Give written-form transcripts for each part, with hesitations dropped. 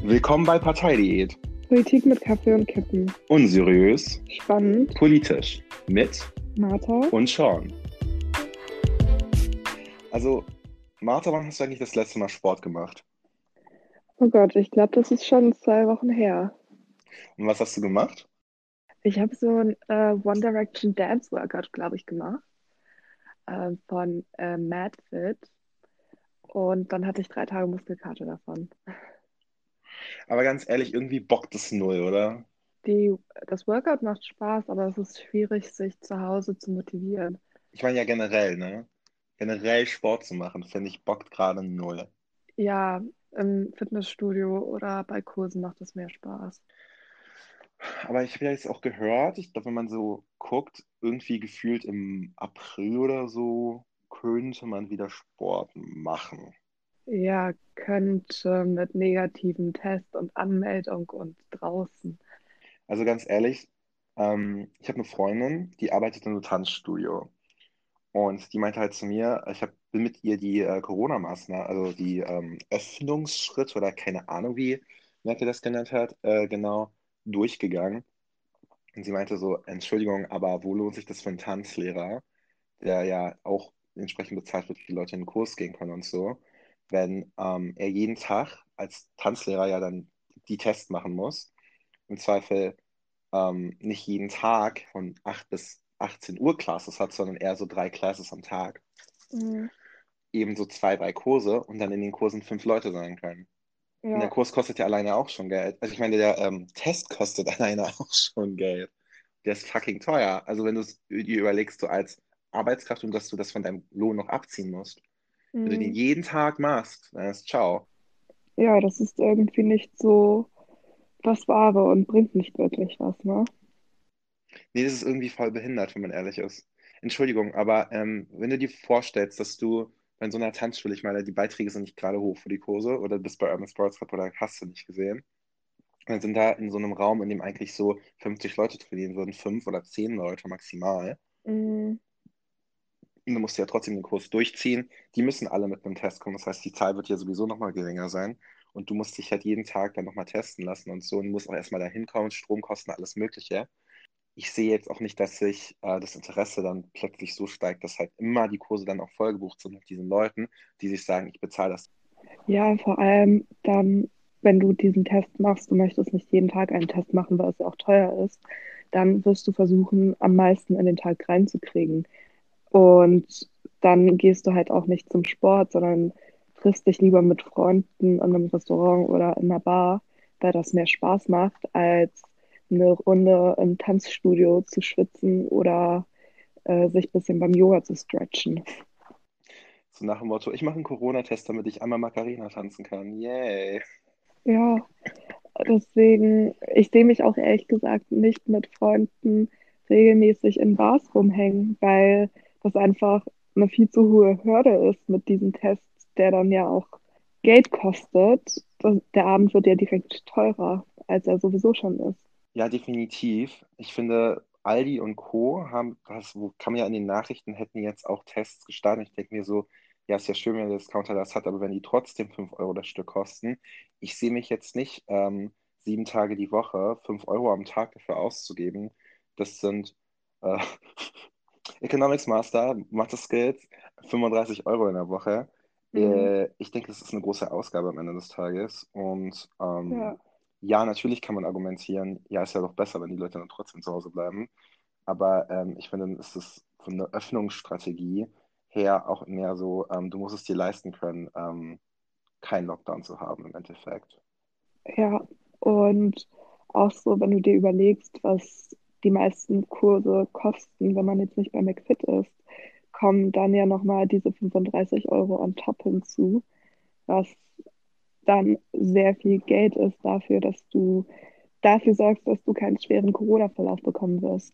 Willkommen bei Parteidiät. Politik mit Kaffee und Kippen. Unseriös, Spannend. politisch. Mit Martha. und Sean. Also, Martha, wann hast du eigentlich das letzte Mal Sport gemacht? Oh Gott, ich glaube, das ist schon 2 Wochen her. Und was hast du gemacht? Ich habe so ein One Direction Dance Workout, glaube ich, gemacht von MadFit. Und dann hatte ich 3 Tage Muskelkater davon. Aber ganz ehrlich, irgendwie bockt es null, oder? Die, Das Workout macht Spaß, aber es ist schwierig, sich zu Hause zu motivieren. Ich meine ja generell, ne? Generell Sport zu machen, finde ich, bockt gerade null. Ja, im Fitnessstudio oder bei Kursen macht es mehr Spaß. Aber ich habe ja jetzt auch gehört, ich glaube, wenn man so guckt, irgendwie gefühlt im April oder so, könnte man wieder Sport machen. Ja, könnte mit negativem Test und Anmeldung und draußen. Also ganz ehrlich, ich habe eine Freundin, die arbeitet in einem Tanzstudio. Und die meinte halt zu mir, bin mit ihr die Corona-Maßnahmen, also die Öffnungsschritte oder keine Ahnung, wie Merkel das genannt hat, genau durchgegangen. Und sie meinte so, Entschuldigung, aber wo lohnt sich das für einen Tanzlehrer, der ja auch entsprechend bezahlt wird, wie die Leute in den Kurs gehen können und so, wenn er jeden Tag als Tanzlehrer ja dann die Tests machen muss, im Zweifel nicht jeden Tag von 8 bis 18 Uhr Classes hat, sondern eher so 3 Classes am Tag. Mhm. Eben so 2, 3 Kurse und dann in den Kursen 5 Leute sein können. Und der Ja, Kurs kostet ja alleine auch schon Geld. Also ich meine, der Test kostet alleine auch schon Geld. Der ist fucking teuer. Also wenn du es dir überlegst, so als Arbeitskraft und dass du das von deinem Lohn noch abziehen musst. Wenn du den mhm. jeden Tag machst, dann ist ciao. Ja, das ist irgendwie nicht so das Wahre und bringt nicht wirklich was, ne? Nee, das ist irgendwie voll behindert, wenn man ehrlich ist. Entschuldigung, aber wenn du dir vorstellst, dass du bei so einer Tanzschule, ich meine, die Beiträge sind nicht gerade hoch für die Kurse oder bist bei Urban Sports Club oder hast du nicht gesehen. Und dann sind da in so einem Raum, in dem eigentlich so 50 Leute trainieren würden, 5 oder 10 Leute maximal. Mhm. Und du musst ja trotzdem den Kurs durchziehen. Die müssen alle mit einem Test kommen. Das heißt, die Zahl wird ja sowieso nochmal geringer sein. Und du musst dich halt jeden Tag dann nochmal testen lassen und so. Und musst auch erstmal da hinkommen, Stromkosten, alles Mögliche. Ich sehe jetzt auch nicht, dass sich das Interesse dann plötzlich so steigt, dass halt immer die Kurse dann auch vollgebucht sind mit diesen Leuten, die sich sagen, ich bezahle das. Ja, vor allem dann, wenn du diesen Test machst, du möchtest nicht jeden Tag einen Test machen, weil es ja auch teuer ist, dann wirst du versuchen, am meisten in den Tag reinzukriegen. Und dann gehst du halt auch nicht zum Sport, sondern triffst dich lieber mit Freunden in einem Restaurant oder in einer Bar, weil das mehr Spaß macht, als eine Runde im Tanzstudio zu schwitzen oder sich ein bisschen beim Yoga zu stretchen. So nach dem Motto, ich mache einen Corona-Test, damit ich einmal Macarena tanzen kann. Yay. Ja, deswegen, ich sehe mich auch ehrlich gesagt nicht mit Freunden regelmäßig in Bars rumhängen, weil das einfach eine viel zu hohe Hürde ist mit diesem Test, der dann ja auch Geld kostet. Der Abend wird ja direkt teurer, als er sowieso schon ist. Ja, definitiv. Ich finde, Aldi und Co. haben, das wo kam ja in den Nachrichten, hätten jetzt auch Tests gestartet. Ich denke mir so, ja, ist ja schön, wenn der Discounter das hat, aber wenn die trotzdem 5 Euro das Stück kosten, ich sehe mich jetzt nicht 7 Tage die Woche, 5 Euro am Tag dafür auszugeben. Das sind äh, Economics Master, Mathe Skills, 35 Euro in der Woche. Mhm. Ich denke, das ist eine große Ausgabe am Ende des Tages. Und Ja, ja, natürlich kann man argumentieren, ja, ist ja doch besser, wenn die Leute dann trotzdem zu Hause bleiben. Aber ich finde, dann ist es von der Öffnungsstrategie her auch mehr so, du musst es dir leisten können, keinen Lockdown zu haben im Endeffekt. ja. Und auch so, wenn du dir überlegst, was die meisten Kurse kosten, wenn man jetzt nicht bei McFit ist, kommen dann ja nochmal diese 35 Euro on top hinzu, was dann sehr viel Geld ist dafür, dass du dafür sorgst, dass du keinen schweren Corona-Verlauf bekommen wirst.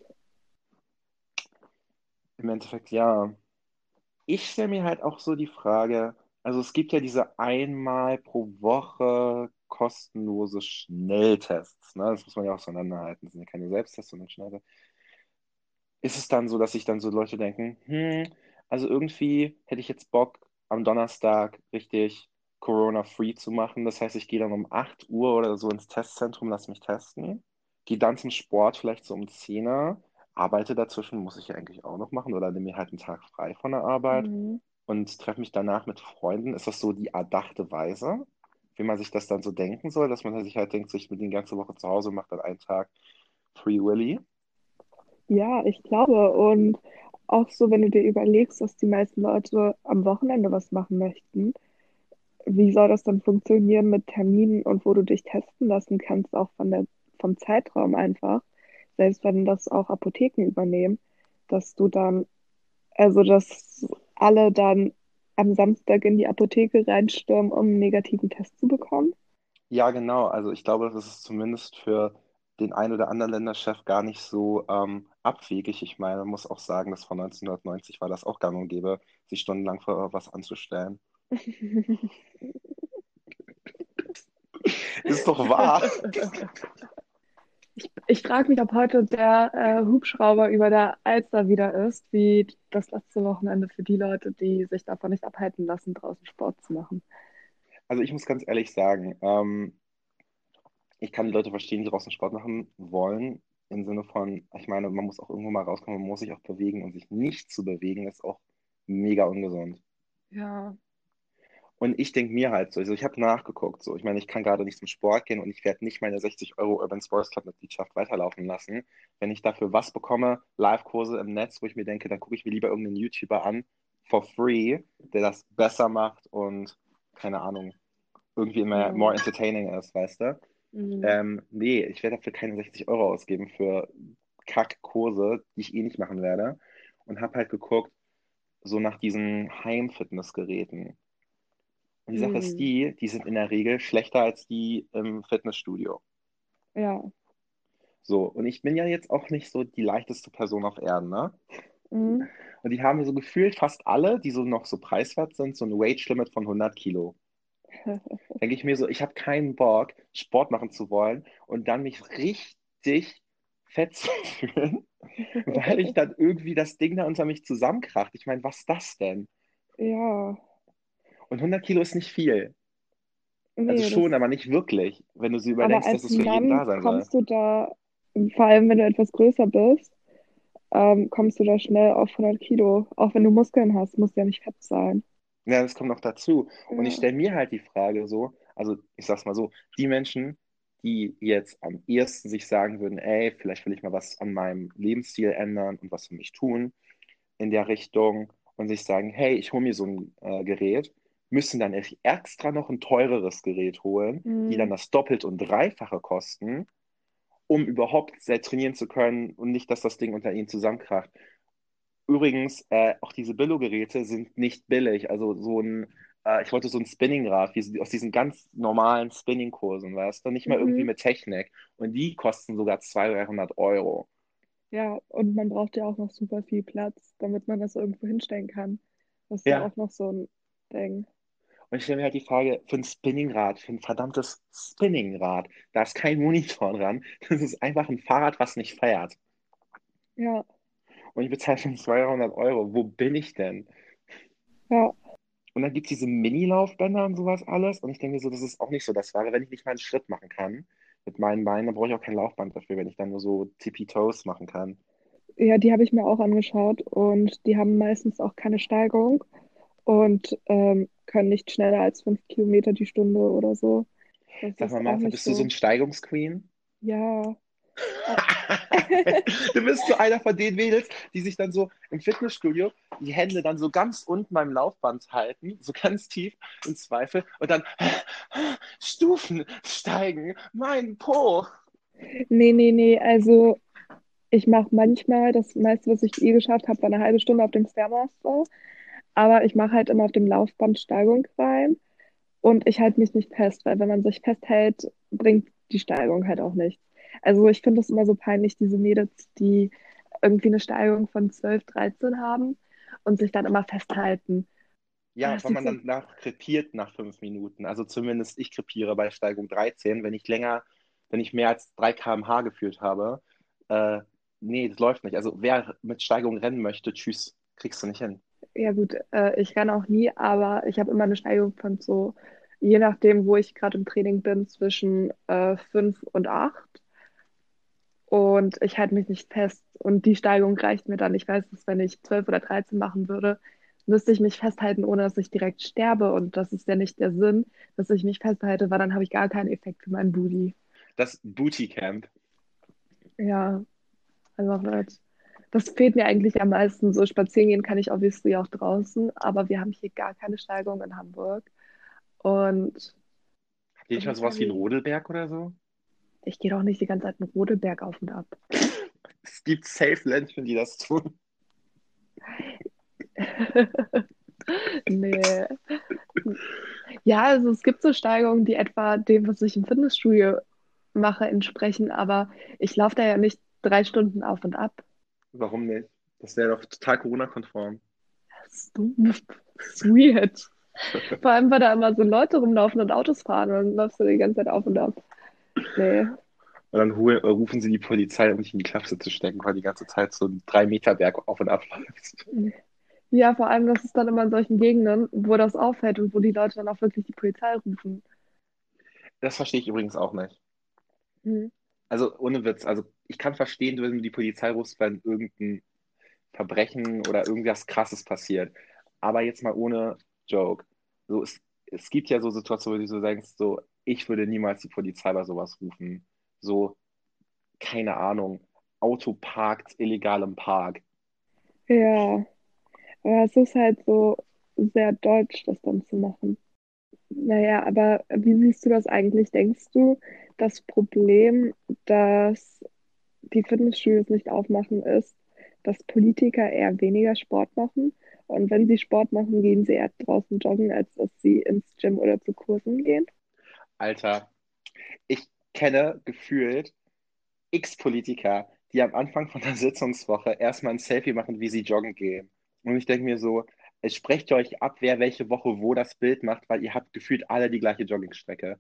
Im Endeffekt, ja. Ich stelle mir halt auch so die Frage, also es gibt ja diese einmal pro Woche kostenlose Schnelltests, ne? Das muss man ja auch so auseinanderhalten. Das sind ja keine Selbsttests, sondern Schnelltests. Ist es dann so, dass sich dann so Leute denken, also irgendwie hätte ich jetzt Bock, am Donnerstag richtig Corona-free zu machen. Das heißt, ich gehe dann um 8 Uhr oder so ins Testzentrum, lass mich testen, gehe dann zum Sport vielleicht so um 10 Uhr, arbeite dazwischen, muss ich ja eigentlich auch noch machen oder nehme mir halt einen Tag frei von der Arbeit Mhm. und treffe mich danach mit Freunden. Ist das so die erdachte Weise, wie man sich das dann so denken soll, dass man sich halt denkt, so, ich bin die ganze Woche zu Hause und mache dann einen Tag Free Willy? Ja, ich glaube. Und auch so, wenn du dir überlegst, dass die meisten Leute am Wochenende was machen möchten, wie soll das dann funktionieren mit Terminen und wo du dich testen lassen kannst, auch vom Zeitraum einfach, selbst wenn das auch Apotheken übernehmen, dass du dann, also dass alle dann am Samstag in die Apotheke reinstürmen, um einen negativen Test zu bekommen? Ja, genau. Also ich glaube, das ist zumindest für den ein oder anderen Länderchef gar nicht so abwegig. Ich meine, man muss auch sagen, dass vor 1990 war das auch gang und gäbe, sich stundenlang für was anzustellen. Ist doch wahr. Ich frage mich, ob heute der Hubschrauber über der Alster wieder ist, wie das letzte Wochenende für die Leute, die sich davon nicht abhalten lassen, draußen Sport zu machen. Also ich muss ganz ehrlich sagen, ich kann die Leute verstehen, die draußen Sport machen wollen. Im Sinne von, ich meine, man muss auch irgendwo mal rauskommen, man muss sich auch bewegen und sich nicht zu bewegen, ist auch mega ungesund. Ja. Und ich denke mir halt so, also ich habe nachgeguckt, so, ich meine, ich kann gerade nicht zum Sport gehen und ich werde nicht meine 60 € Urban Sports Club Mitgliedschaft weiterlaufen lassen. Wenn ich dafür was bekomme, Live-Kurse im Netz, wo ich mir denke, dann gucke ich mir lieber irgendeinen YouTuber an, for free, der das besser macht und, keine Ahnung, irgendwie immer more Ja. entertaining ist, weißt du? Mhm. Nee, ich werde dafür keine 60 € ausgeben für Kackkurse, die ich eh nicht machen werde. Und habe halt geguckt, so nach diesen Heim-Fitnessgeräten. Und die Sache ist Mhm. die sind in der Regel schlechter als die im Fitnessstudio. Ja. So, und ich bin ja jetzt auch nicht so die leichteste Person auf Erden, ne? Mhm. Und die haben so gefühlt fast alle, die so noch so preiswert sind, so ein Weight-Limit von 100 Kilo. Denke ich mir so, ich habe keinen Bock, Sport machen zu wollen und dann mich richtig fett zu fühlen, weil ich dann irgendwie das Ding da unter mich zusammenkracht. Ich meine, was ist das denn? Ja. Und 100 Kilo ist nicht viel. Also Nee, schon, das, aber nicht wirklich, wenn du so aber überdenkst, dass als es für jeden Mann da sein soll. kommst du da, vor allem wenn du etwas größer bist, kommst du da schnell auf 100 Kilo. Auch wenn du Muskeln hast, musst du ja nicht fett sein. Ja, das kommt noch dazu. Und ich Ja. stelle mir halt die Frage so, also ich sag's mal so, die Menschen, die jetzt am ehesten sich sagen würden, ey, vielleicht will ich mal was an meinem Lebensstil ändern und was für mich tun in der Richtung und sich sagen, hey, ich hole mir so ein Gerät, müssen dann echt extra noch ein teureres Gerät holen, die dann Mhm. das Doppelt- und Dreifache kosten, um überhaupt trainieren zu können und nicht, dass das Ding unter ihnen zusammenkracht. Übrigens, auch diese Billo-Geräte sind nicht billig. Also ich wollte so ein Spinningrad, wie aus diesen ganz normalen Spinning-Kursen, weißt du, nicht mal irgendwie Mhm. mit Technik. Und die kosten sogar 200, 300 €. Ja, und man braucht ja auch noch super viel Platz, damit man das irgendwo hinstellen kann. Das ist ja Ja, auch noch so ein Ding. und ich stelle mir halt die Frage, für ein Spinningrad, für ein verdammtes Spinningrad, da ist kein Monitor dran. Das ist einfach ein Fahrrad, was nicht fährt. Ja, Und ich bezahle schon 200 €. Wo bin ich denn? ja, Und dann gibt es diese Mini-Laufbänder und sowas alles. Und ich denke mir so, das ist auch nicht so das Wahre. Wenn ich nicht mal einen Schritt machen kann mit meinen Beinen, dann brauche ich auch kein Laufband dafür, wenn ich dann nur so Tippy-Toes machen kann. ja, die habe ich mir auch angeschaut und die haben meistens auch keine Steigung und können nicht schneller als 5 Kilometer die Stunde oder so. Das Sag mal, ist auch Martha, nicht bist du so so. ein Steigungsqueen? Ja. Ah. Du bist so einer von den Mädels, die sich dann so im Fitnessstudio die Hände dann so ganz unten beim Laufband halten, so ganz tief im Zweifel und dann Stufen steigen, mein Po. Nee, nee, nee. Also ich mache manchmal, das meiste, was ich geschafft habe, war eine halbe Stunde auf dem Stairmaster. Aber ich mache halt immer auf dem Laufband Steigung rein. Und ich halte mich nicht fest, weil wenn man sich festhält, bringt die Steigung halt auch nichts. Also ich finde es immer so peinlich, diese Mädels, die irgendwie eine Steigung von 12, 13 haben und sich dann immer festhalten. Ah, Ja, das weil sieht man so, dann krepiert nach 5 Minuten. Also zumindest ich krepiere bei Steigung 13, wenn ich mehr als 3 km/h geführt habe. Äh, nee, das läuft nicht. Also wer mit Steigung rennen möchte, tschüss, kriegst du nicht hin. ja gut, ich renne auch nie, aber ich habe immer eine Steigung von so je nachdem, wo ich gerade im Training bin, zwischen 5 und 8. Und ich halte mich nicht fest. Und die Steigung reicht mir dann. Ich weiß, dass wenn ich 12 oder 13 machen würde, müsste ich mich festhalten, ohne dass ich direkt sterbe. Und das ist ja nicht der Sinn, dass ich mich festhalte, weil dann habe ich gar keinen Effekt für meinen Booty. Das Booty-Camp. Ja, einfach nicht. Das fehlt mir eigentlich am meisten. So spazieren gehen kann ich obviously auch draußen, aber wir haben hier gar keine Steigung in Hamburg. Und Habt ihr nicht das mal ist sowas wie einen heavy. Rodelberg oder so? Ich gehe doch nicht die ganze Zeit einen Rodelberg auf und ab. Es gibt safe Ländchen, die das tun. Nee. Ja, also es gibt so Steigungen, die etwa dem, was ich im Fitnessstudio mache, entsprechen, aber ich laufe da ja nicht 3 Stunden auf und ab. Warum nicht? Das wäre doch total Corona-konform. Das ist dumm. Das ist weird. Vor allem, weil da immer so Leute rumlaufen und Autos fahren und dann läufst du die ganze Zeit auf und ab. Nee. Und dann rufen sie die Polizei, um dich in die Klapse zu stecken, weil die ganze Zeit so ein 3 Meter Berg auf und ab läufst. Ja, vor allem, das ist dann immer in solchen Gegenden, wo das auffällt und wo die Leute dann auch wirklich die Polizei rufen. Das verstehe ich übrigens auch nicht. Hm. Also ohne Witz, also ich kann verstehen, wenn du die Polizei rufst, wenn irgendein Verbrechen oder irgendwas Krasses passiert. Aber jetzt mal ohne Joke. So, es gibt ja so Situationen, wo du so denkst, so, ich würde niemals die Polizei bei sowas rufen. So, keine Ahnung, Auto parkt illegal im Park. Ja, aber es ist halt so sehr deutsch, das dann zu machen. Naja, aber wie siehst du das eigentlich? Denkst du, das Problem, dass die Fitnessstudios nicht aufmachen, ist, dass Politiker eher weniger Sport machen? Und wenn sie Sport machen, gehen sie eher draußen joggen, als dass sie ins Gym oder zu Kursen gehen? Alter, ich kenne gefühlt X-Politiker, die am Anfang von der Sitzungswoche erstmal ein Selfie machen, wie sie joggen gehen. Und ich denke mir so, es sprecht ihr euch ab, wer welche Woche wo das Bild macht, weil ihr habt gefühlt alle die gleiche Joggingstrecke.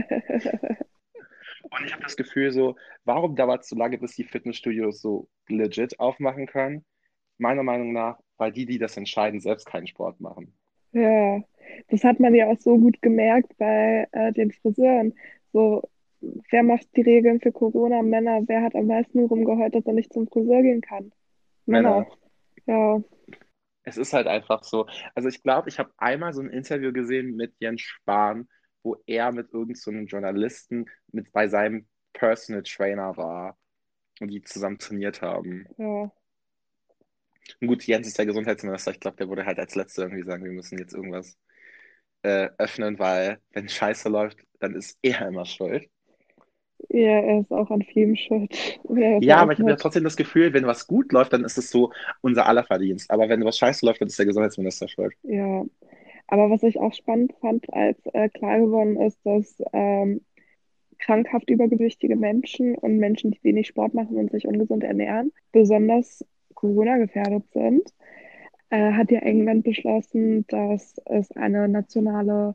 Und ich habe das Gefühl so, warum dauert es so lange, bis die Fitnessstudios so legit aufmachen können? Meiner Meinung nach, weil die das entscheiden, selbst keinen Sport machen. Ja, das hat man ja auch so gut gemerkt bei den Friseuren. So, wer macht die Regeln für Corona? Männer. Wer hat am meisten rumgeheult, dass er nicht zum Friseur gehen kann? Männer. Männer. Ja, Es ist halt einfach so. Also ich glaube, ich habe einmal so ein Interview gesehen mit Jens Spahn, wo er mit irgendeinem so einem Journalisten mit bei seinem Personal Trainer war und die zusammen trainiert haben. ja. Und gut, Jens ist der Gesundheitsminister. Ich glaube, der würde halt als Letzter irgendwie sagen, wir müssen jetzt irgendwas öffnen, weil wenn Scheiße läuft, dann ist er immer schuld. Ja, er ist auch an vielem schuld. Er ist ja Ja, auch aber ich habe ja mit. trotzdem das Gefühl, wenn was gut läuft, dann ist es so unser aller Verdienst. Aber wenn was scheiße läuft, dann ist der Gesundheitsminister schuld. Ja. Aber was ich auch spannend fand, als klar geworden ist, dass krankhaft übergewichtige Menschen und Menschen, die wenig Sport machen und sich ungesund ernähren, besonders Corona gefährdet sind, hat ja England beschlossen, dass es eine nationale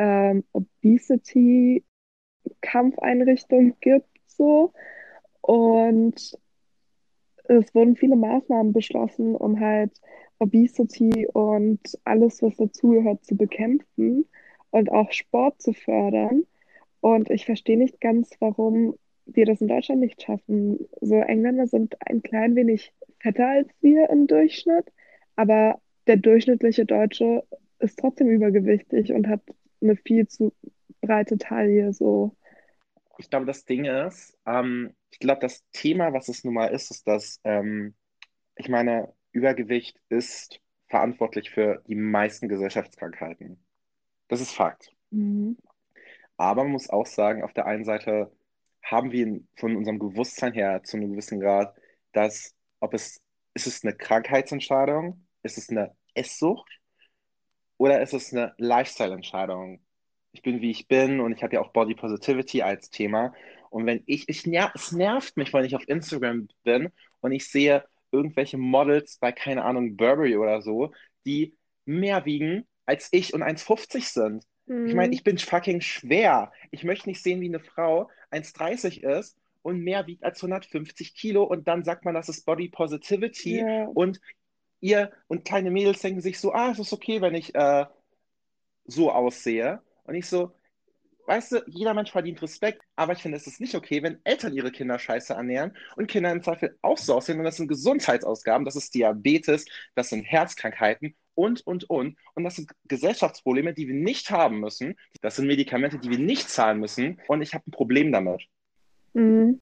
Obesity-Kampfeinrichtung gibt, so. Und es wurden viele Maßnahmen beschlossen, um halt Obesity und alles, was dazugehört, zu bekämpfen und auch Sport zu fördern. Und ich verstehe nicht ganz, warum wir das in Deutschland nicht schaffen. So, Engländer sind ein klein wenig fetter als wir im Durchschnitt, aber der durchschnittliche Deutsche ist trotzdem übergewichtig und hat eine viel zu breite Taille. So, Ich glaube, das Ding ist, ich glaube, das Thema, was es nun mal ist, dass, ich meine, Übergewicht ist verantwortlich für die meisten Gesellschaftskrankheiten. Das ist Fakt. mhm. Aber man muss auch sagen, auf der einen Seite haben wir von unserem Bewusstsein her zu einem gewissen Grad, dass, ist es eine Krankheitsentscheidung, ist es eine Esssucht oder ist es eine Lifestyle-Entscheidung? Ich bin, wie ich bin und ich habe ja auch Body Positivity als Thema. Und wenn es nervt mich, wenn ich auf Instagram bin und ich sehe irgendwelche Models bei, keine Ahnung, Burberry oder so, die mehr wiegen als ich und 1,50 sind. Ich meine, Mhm. ich bin fucking schwer. Ich möchte nicht sehen, wie eine Frau 1,30 ist und mehr wiegt als 150 Kilo und dann sagt man, das ist Body Positivity Ja, und ihr und kleine Mädels denken sich so, es ist okay, wenn ich so aussehe. Und ich so, weißt du, jeder Mensch verdient Respekt, aber ich finde, es ist nicht okay, wenn Eltern ihre Kinder scheiße ernähren und Kinder im Zweifel auch so aussehen. Und das sind Gesundheitsausgaben, das ist Diabetes, das sind Herzkrankheiten und. Und das sind Gesellschaftsprobleme, die wir nicht haben müssen. Das sind Medikamente, die wir nicht zahlen müssen. Und ich habe ein Problem damit. Mhm.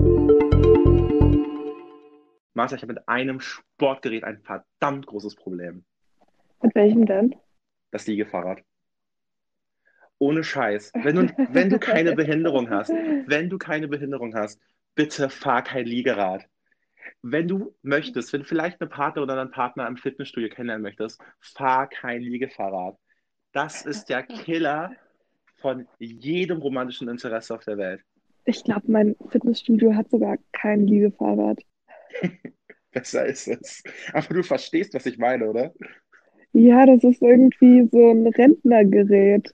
Martha, ich habe mit einem Sportgerät ein verdammt großes Problem. Mit welchem denn? Das Liegefahrrad. Ohne Scheiß. Wenn du keine Behinderung hast, wenn du keine Behinderung hast, bitte fahr kein Liegerad. Wenn du möchtest, wenn du vielleicht eine Partnerin oder einen Partner im Fitnessstudio kennenlernen möchtest, fahr kein Liegefahrrad. Das ist der Killer von jedem romantischen Interesse auf der Welt. Ich glaube, mein Fitnessstudio hat sogar kein Liegefahrrad. Besser ist es. Aber du verstehst, was ich meine, oder? Ja, das ist irgendwie so ein Rentnergerät.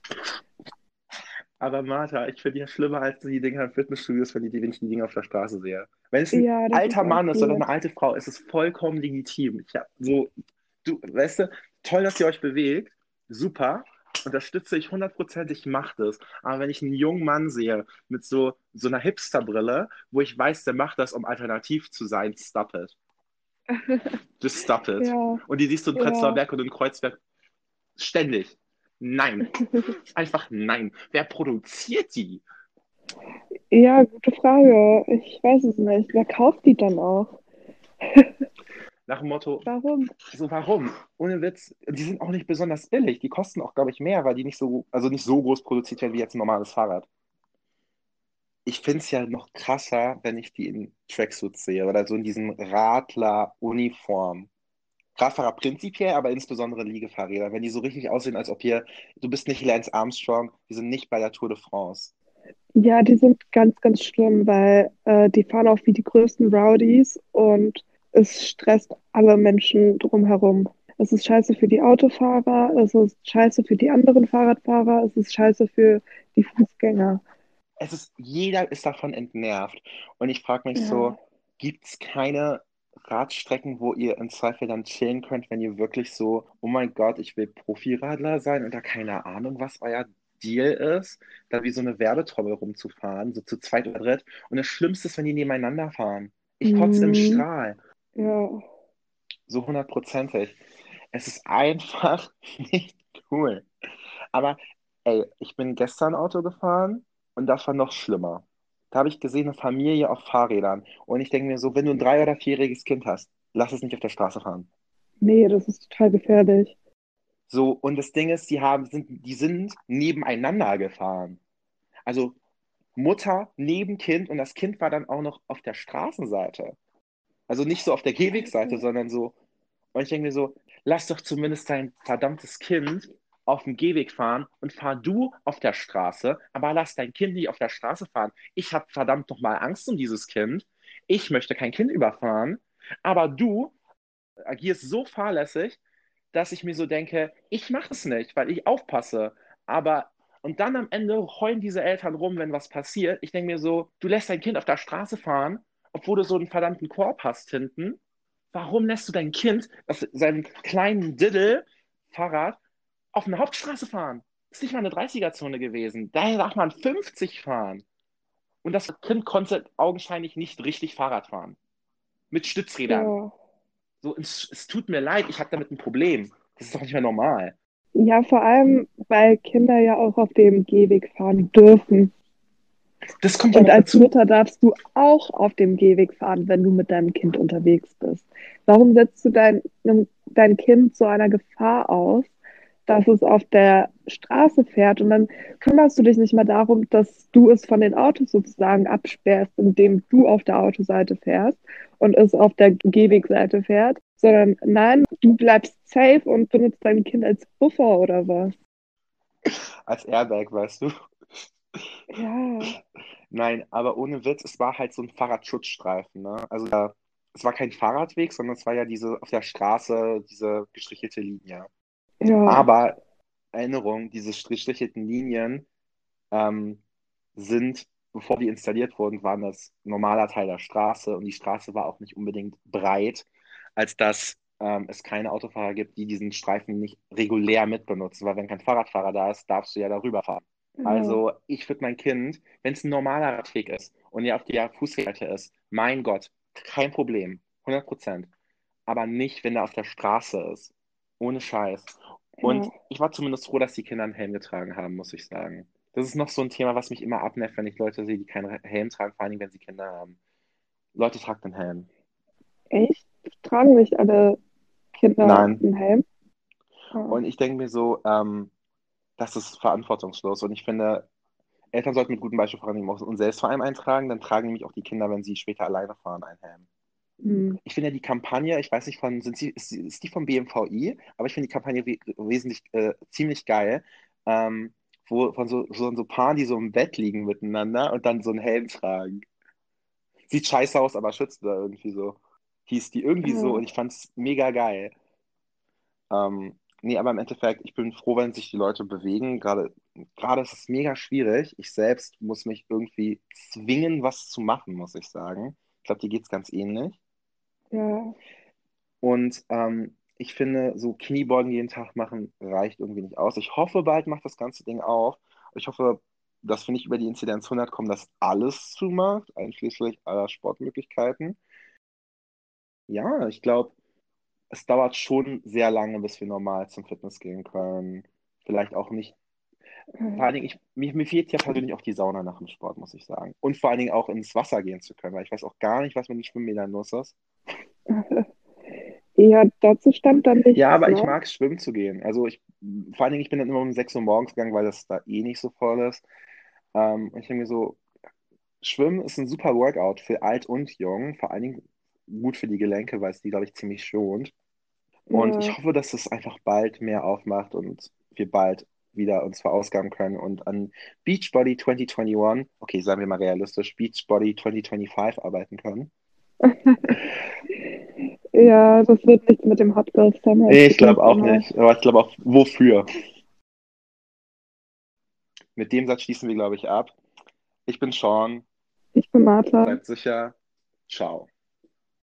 Aber Martha, ich finde ja schlimmer als die Dinger im Fitnessstudio, ist, wenn ich die Dinger auf der Straße sehe. Wenn es ein Ja, das ist alter auch Mann ist oder blöd. eine alte Frau, ist es vollkommen legitim. Ich hab so, du, weißt du, toll, dass ihr euch bewegt, super, unterstütze ich hundertprozentig, macht es. Aber wenn ich einen jungen Mann sehe mit so einer Hipsterbrille, wo ich weiß, der macht das, um alternativ zu sein, stop it. Just stop it. Ja, Und die siehst du in Prenzlauer ja. Berg und in Kreuzberg ständig. Nein. Einfach nein. Wer produziert die? Ja, gute Frage. Ich weiß es nicht. Wer kauft die dann auch? Nach dem Motto, Warum? so warum? Ohne Witz, die sind auch nicht besonders billig. Die kosten auch, glaube ich, mehr, weil die nicht so groß produziert werden wie jetzt ein normales Fahrrad. Ich finde es ja noch krasser, wenn ich die in Tracksuits sehe oder so in diesen Radler-Uniform. Radfahrer prinzipiell, aber insbesondere Liegefahrräder, wenn die so richtig aussehen, als ob du bist nicht Lance Armstrong, wir sind nicht bei der Tour de France. Ja, die sind ganz, ganz schlimm, weil die fahren auch wie die größten Rowdies und es stresst alle Menschen drumherum. Es ist scheiße für die Autofahrer, es ist scheiße für die anderen Fahrradfahrer, es ist scheiße für die Fußgänger. Jeder ist davon entnervt. Und ich frage mich Ja. so, gibt es keine Radstrecken, wo ihr im Zweifel dann chillen könnt, wenn ihr wirklich so, oh mein Gott, ich will Profiradler sein und da keine Ahnung, was euer Deal ist, da wie so eine Werbetrommel rumzufahren, so zu zweit oder dritt. Und das Schlimmste ist, wenn die nebeneinander fahren. Ich kotze im Mm, Strahl, ja. so hundertprozentig. Es ist einfach nicht cool. Aber ey, ich bin gestern Auto gefahren und das war noch schlimmer. Da habe ich gesehen, eine Familie auf Fahrrädern. Und ich denke mir so, wenn du ein 3- oder 4-jähriges Kind hast, lass es nicht auf der Straße fahren. Nee, das ist total gefährlich. So, und das Ding ist, die sind nebeneinander gefahren. Also Mutter neben Kind und das Kind war dann auch noch auf der Straßenseite. Also nicht so auf der Gehwegseite, Scheiße. sondern so. Und ich denke mir so, lass doch zumindest dein verdammtes Kind auf dem Gehweg fahren und fahr du auf der Straße, aber lass dein Kind nicht auf der Straße fahren. Ich habe verdammt nochmal Angst um dieses Kind. Ich möchte kein Kind überfahren, aber du agierst so fahrlässig, dass ich mir so denke, ich mache es nicht, weil ich aufpasse. Aber und dann am Ende heulen diese Eltern rum, wenn was passiert. Ich denke mir so, du lässt dein Kind auf der Straße fahren, obwohl du so einen verdammten Korb hast hinten. Warum lässt du dein Kind auf seinem kleinen Diddle-Fahrrad auf eine Hauptstraße fahren? Ist nicht mal eine 30er-Zone gewesen. Daher darf man 50 fahren. Und das Kind konnte augenscheinlich nicht richtig Fahrrad fahren. Mit Stützrädern. Ja. So, es tut mir leid, ich habe damit ein Problem. Das ist doch nicht mehr normal. Ja, vor allem, weil Kinder ja auch auf dem Gehweg fahren dürfen. Das kommt ja Und noch als dazu. Mutter darfst du auch auf dem Gehweg fahren, wenn du mit deinem Kind unterwegs bist. Warum setzt du dein Kind so einer Gefahr aus, dass es auf der Straße fährt und dann kümmerst du dich nicht mehr darum, dass du es von den Autos sozusagen absperrst, indem du auf der Autoseite fährst und es auf der Gehwegseite fährt, sondern nein, du bleibst safe und benutzt dein Kind als Buffer oder was? Als Airbag, weißt du. Ja, Nein, aber ohne Witz, es war halt so ein Fahrradschutzstreifen, ne? Also es war kein Fahrradweg, sondern es war ja diese auf der Straße, diese gestrichelte Linie. ja, Aber Erinnerung, diese gestrichelten Linien ähm, sind, bevor die installiert wurden, waren das normaler Teil der Straße und die Straße war auch nicht unbedingt breit, als dass es keine Autofahrer gibt, die diesen Streifen nicht regulär mitbenutzen, weil wenn kein Fahrradfahrer da ist, darfst du ja darüber fahren. Ja, Also ich würde mein Kind, wenn es ein normaler Radweg ist und er auf der Fußgängerseite ist, mein Gott, kein Problem, 100%. Aber nicht, wenn er auf der Straße ist. Ohne Scheiß. Und ja, ich war zumindest froh, dass die Kinder einen Helm getragen haben, muss ich sagen. Das ist noch so ein Thema, was mich immer abnervt, wenn ich Leute sehe, die keinen Helm tragen, vor allem wenn sie Kinder haben. Leute, tragt einen Helm. echt? Tragen nicht alle Kinder Nein. einen Helm? Ah. Und ich denke mir so, das ist verantwortungslos. Und ich finde, Eltern sollten mit gutem Beispiel vorangehen und selbst vor allem eintragen. Dann tragen nämlich auch die Kinder, wenn sie später alleine fahren, einen Helm. Hm. Ich finde ja die Kampagne, ich weiß nicht von, ist die vom BMVI, aber ich finde die Kampagne wesentlich ziemlich geil, wo von so Paaren, die so im Bett liegen miteinander und dann so einen Helm tragen. Sieht scheiße aus, aber schützt da irgendwie so. Hieß die irgendwie so und ich Ja, fand's mega geil. Nee, aber im Endeffekt, ich bin froh, wenn sich die Leute bewegen. Gerade ist es mega schwierig. Ich selbst muss mich irgendwie zwingen, was zu machen, muss ich sagen. Ich glaube, dir geht's ganz ähnlich. ja, Und ich finde, so Kniebeugen jeden Tag machen reicht irgendwie nicht aus. Ich hoffe, bald macht das ganze Ding auf. Ich hoffe, dass wir nicht über die Inzidenz 100 kommen, dass alles zumacht, einschließlich aller Sportmöglichkeiten. Ja, ich glaube, es dauert schon sehr lange, bis wir normal zum Fitness gehen können. Vielleicht auch nicht. Vor ja. allen Dingen, mir fehlt ja persönlich auch die Sauna nach dem Sport, muss ich sagen. Und vor allen Dingen auch ins Wasser gehen zu können, weil ich weiß auch gar nicht, was mit den Schwimmbädern los ist. Ja, dazu stand da Ja, nichts, aber ich ne? mag es, schwimmen zu gehen. Vor allen Dingen, ich bin dann immer um 6 Uhr morgens gegangen, weil das da eh nicht so voll ist. Und ich denke mir so, Schwimmen ist ein super Workout für alt und jung, vor allen Dingen gut für die Gelenke, weil es die, glaube ich, ziemlich schont. Und ich Ja, hoffe, dass es einfach bald mehr aufmacht und wir bald wieder uns verausgaben können und an Beachbody 2021, okay, sagen wir mal realistisch, Beachbody 2025 arbeiten können. ja, das wird nichts mit dem Hot Girl Summer Nee, zu ich tun glaube auch haben. nicht, aber ich glaube auch, wofür? Mit dem Satz schließen wir, glaube ich, ab. Ich bin Sean. Ich bin Martha. Bleibt sicher. Ciao.